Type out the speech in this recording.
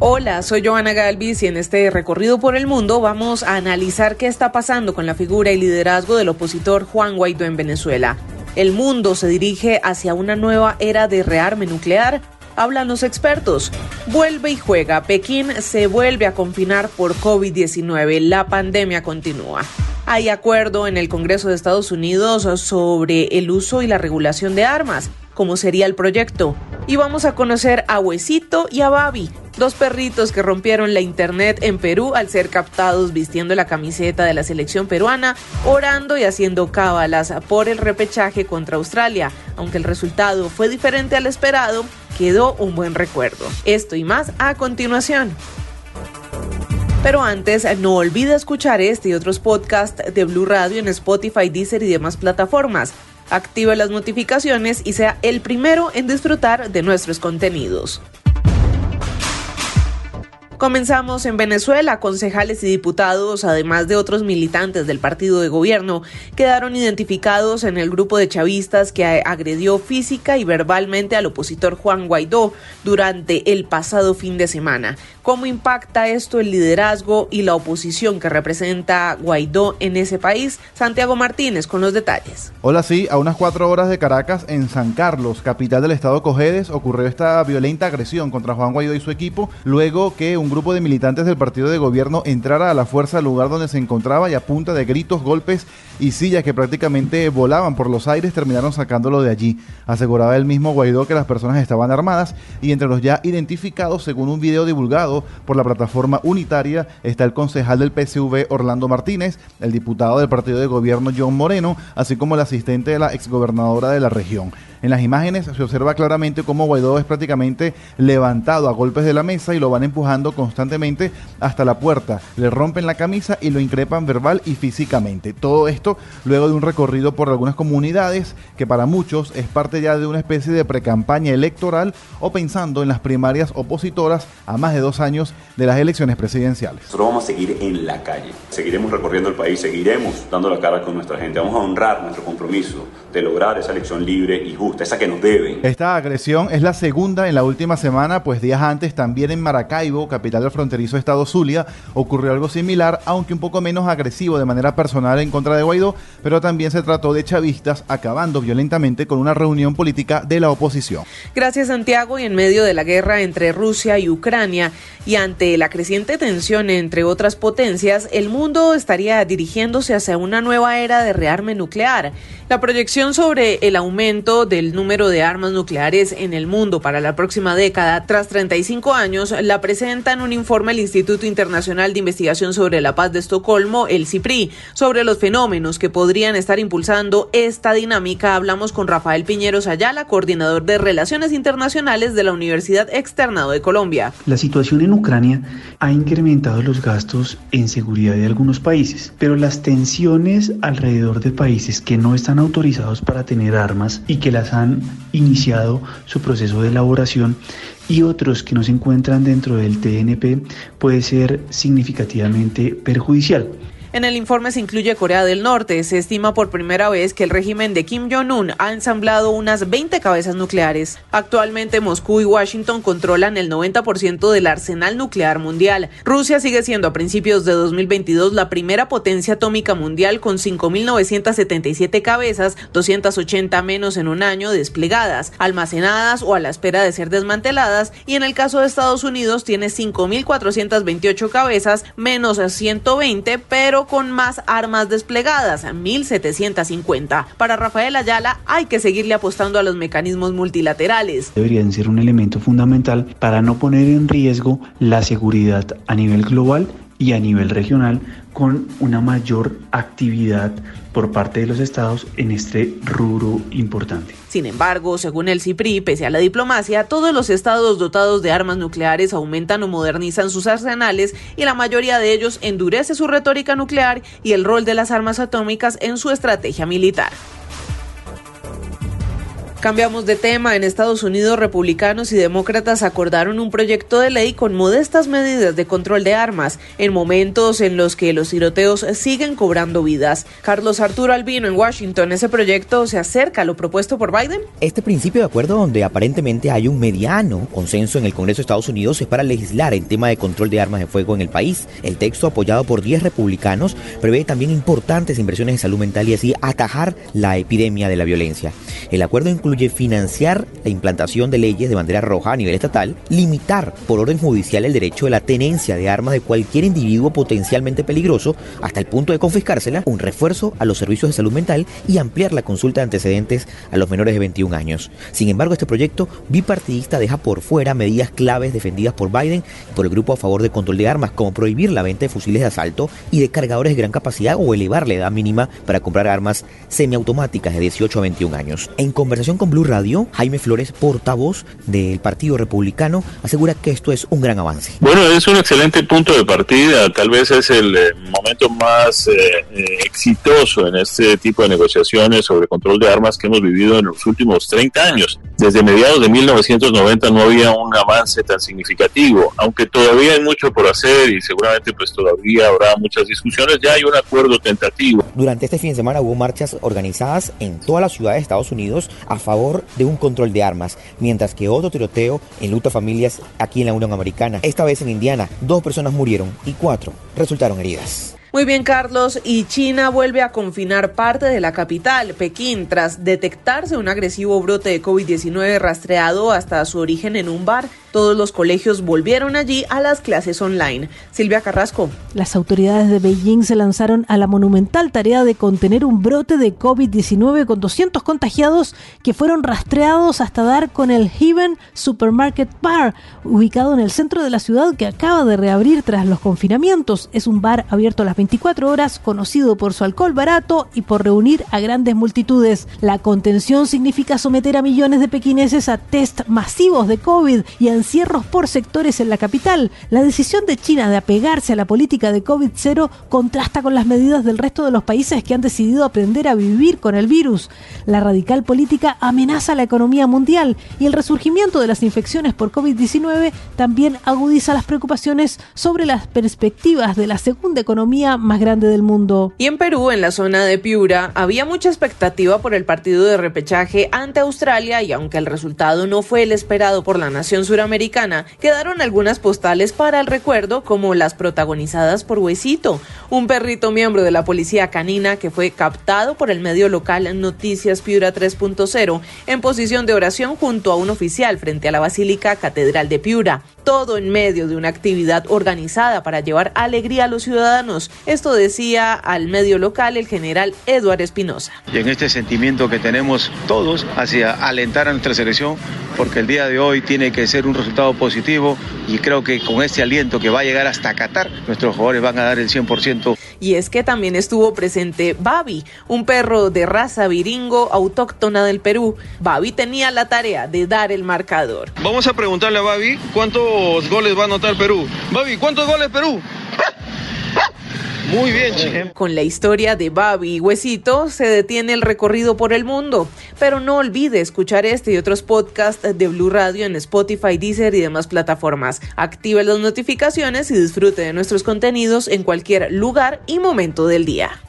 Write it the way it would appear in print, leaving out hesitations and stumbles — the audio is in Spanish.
Hola, soy Joana Galvis y en este recorrido por el mundo vamos a analizar qué está pasando con la figura y liderazgo del opositor Juan Guaidó en Venezuela. ¿El mundo se dirige hacia una nueva era de rearme nuclear? Hablan los expertos. Vuelve y juega. Pekín se vuelve a confinar por COVID-19. La pandemia continúa. Hay acuerdo en el Congreso de Estados Unidos sobre el uso y la regulación de armas. ¿Cómo sería el proyecto? Y vamos a conocer a Huesito y a Babi, dos perritos que rompieron la internet en Perú al ser captados vistiendo la camiseta de la selección peruana, orando y haciendo cábalas por el repechaje contra Australia. Aunque el resultado fue diferente al esperado, quedó un buen recuerdo. Esto y más a continuación. Pero antes, no olvide escuchar este y otros podcasts de Blue Radio en Spotify, Deezer y demás plataformas. Active las notificaciones y sea el primero en disfrutar de nuestros contenidos. Comenzamos en Venezuela. Concejales y diputados, además de otros militantes del partido de gobierno, quedaron identificados en el grupo de chavistas que agredió física y verbalmente al opositor Juan Guaidó durante el pasado fin de semana. ¿Cómo impacta esto el liderazgo y la oposición que representa Guaidó en ese país? Santiago Martínez con los detalles. Hola, sí, a unas 4 horas de Caracas, en San Carlos, capital del estado Cojedes, ocurrió esta violenta agresión contra Juan Guaidó y su equipo, luego que un grupo de militantes del partido de gobierno entrara a la fuerza al lugar donde se encontraba y a punta de gritos, golpes y sillas que prácticamente volaban por los aires terminaron sacándolo de allí. Aseguraba el mismo Guaidó que las personas estaban armadas y entre los ya identificados, según un video divulgado por la plataforma unitaria, está el concejal del PSV Orlando Martínez, el diputado del partido de gobierno John Moreno, así como el asistente de la exgobernadora de la región. En las imágenes se observa claramente cómo Guaidó es prácticamente levantado a golpes de la mesa y lo van empujando constantemente hasta la puerta, le rompen la camisa y lo increpan verbal y físicamente. Todo esto luego de un recorrido por algunas comunidades que para muchos es parte ya de una especie de precampaña electoral o pensando en las primarias opositoras a más de 2 años de las elecciones presidenciales. Nosotros vamos a seguir en la calle, seguiremos recorriendo el país, seguiremos dando la cara con nuestra gente, vamos a honrar nuestro compromiso de lograr esa elección libre y justa, esa que nos deben. Esta agresión es la segunda en la última semana, pues días antes también en Maracaibo, capital del fronterizo estado Zulia, ocurrió algo similar, aunque un poco menos agresivo de manera personal en contra de Guaidó, pero también se trató de chavistas acabando violentamente con una reunión política de la oposición. Gracias, Santiago. Y en medio de la guerra entre Rusia y Ucrania y ante la creciente tensión entre otras potencias, el mundo estaría dirigiéndose hacia una nueva era de rearme nuclear. La proyección sobre el aumento del número de armas nucleares en el mundo para la próxima década, tras 35 años, la presenta en un informe el Instituto Internacional de Investigación sobre la Paz de Estocolmo, el CIPRI. Sobre los fenómenos que podrían estar impulsando esta dinámica, hablamos con Rafael Piñeros Ayala, coordinador de Relaciones Internacionales de la Universidad Externado de Colombia. La situación en Ucrania ha incrementado los gastos en seguridad de algunos países, pero las tensiones alrededor de países que no están autorizados para tener armas y que las han iniciado su proceso de elaboración y otros que no se encuentran dentro del TNP puede ser significativamente perjudicial. En el informe se incluye Corea del Norte. Se estima por primera vez que el régimen de Kim Jong-un ha ensamblado unas 20 cabezas nucleares. Actualmente Moscú y Washington controlan el 90% del arsenal nuclear mundial. Rusia sigue siendo a principios de 2022 la primera potencia atómica mundial con 5.977 cabezas, 280 menos en un año desplegadas, almacenadas o a la espera de ser desmanteladas, y en el caso de Estados Unidos tiene 5.428 cabezas, menos 120, pero con más armas desplegadas, 1.750. Para Rafael Ayala, hay que seguirle apostando a los mecanismos multilaterales. Deberían ser un elemento fundamental para no poner en riesgo la seguridad a nivel global y a nivel regional, con una mayor actividad por parte de los estados en este rubro importante. Sin embargo, según el CIPRI, pese a la diplomacia, todos los estados dotados de armas nucleares aumentan o modernizan sus arsenales y la mayoría de ellos endurece su retórica nuclear y el rol de las armas atómicas en su estrategia militar. Cambiamos de tema. En Estados Unidos, republicanos y demócratas acordaron un proyecto de ley con modestas medidas de control de armas en momentos en los que los tiroteos siguen cobrando vidas. Carlos Arturo Albino en Washington, ¿ese proyecto se acerca a lo propuesto por Biden? Este principio de acuerdo, donde aparentemente hay un mediano consenso en el Congreso de Estados Unidos, es para legislar en tema de control de armas de fuego en el país. El texto, apoyado por 10 republicanos, prevé también importantes inversiones en salud mental y así atajar la epidemia de la violencia. El acuerdo incluye financiar la implantación de leyes de bandera roja a nivel estatal, limitar por orden judicial el derecho de la tenencia de armas de cualquier individuo potencialmente peligroso hasta el punto de confiscársela, un refuerzo a los servicios de salud mental y ampliar la consulta de antecedentes a los menores de 21 años. Sin embargo, este proyecto bipartidista deja por fuera medidas claves defendidas por Biden y por el grupo a favor del control de armas, como prohibir la venta de fusiles de asalto y de cargadores de gran capacidad o elevar la edad mínima para comprar armas semiautomáticas de 18 a 21 años. En conversación con Blue Radio, Jaime Flores, portavoz del Partido Republicano, asegura que esto es un gran avance. Bueno, es un excelente punto de partida, tal vez es el momento más exitoso en este tipo de negociaciones sobre control de armas que hemos vivido en los últimos 30 años. Desde mediados de 1990 no había un avance tan significativo, aunque todavía hay mucho por hacer y seguramente pues todavía habrá muchas discusiones, ya hay un acuerdo tentativo. Durante este fin de semana hubo marchas organizadas en todas las ciudades de Estados Unidos a favor de un control de armas, mientras que otro tiroteo enluta familias aquí en la Unión Americana. Esta vez en Indiana, 2 personas murieron y 4 resultaron heridas. Muy bien, Carlos. Y China vuelve a confinar parte de la capital, Pekín, tras detectarse un agresivo brote de COVID-19 rastreado hasta su origen en un bar. Todos los colegios volvieron allí a las clases online. Silvia Carrasco. Las autoridades de Beijing se lanzaron a la monumental tarea de contener un brote de COVID-19 con 200 contagiados que fueron rastreados hasta dar con el Heaven Supermarket Bar, ubicado en el centro de la ciudad que acaba de reabrir tras los confinamientos. Es un bar abierto a las 24 horas, conocido por su alcohol barato y por reunir a grandes multitudes. La contención significa someter a millones de pequineses a test masivos de COVID y a encierros por sectores en la capital. La decisión de China de apegarse a la política de COVID-0 contrasta con las medidas del resto de los países que han decidido aprender a vivir con el virus. La radical política amenaza la economía mundial y el resurgimiento de las infecciones por COVID-19 también agudiza las preocupaciones sobre las perspectivas de la segunda economía más grande del mundo. Y en Perú, en la zona de Piura, había mucha expectativa por el partido de repechaje ante Australia y aunque el resultado no fue el esperado por la nación suramericana, quedaron algunas postales para el recuerdo, como las protagonizadas por Huesito, un perrito miembro de la policía canina que fue captado por el medio local Noticias Piura 3.0 en posición de oración junto a un oficial frente a la Basílica Catedral de Piura. Todo en medio de una actividad organizada para llevar alegría a los ciudadanos. Esto decía al medio local el general Eduardo Espinosa. Y en este sentimiento que tenemos todos hacia alentar a nuestra selección, porque el día de hoy tiene que ser un resultado positivo y creo que con este aliento que va a llegar hasta Qatar, nuestros jugadores van a dar el 100%. Y es que también estuvo presente Babi, un perro de raza viringo autóctona del Perú. Babi tenía la tarea de dar el marcador. Vamos a preguntarle a Babi cuántos goles va a anotar Perú. Babi, ¿cuántos goles Perú? Muy bien, chico. Con la historia de Babi y Huesito se detiene el recorrido por el mundo. Pero no olvide escuchar este y otros podcasts de Blue Radio en Spotify, Deezer y demás plataformas. Active las notificaciones y disfrute de nuestros contenidos en cualquier lugar y momento del día.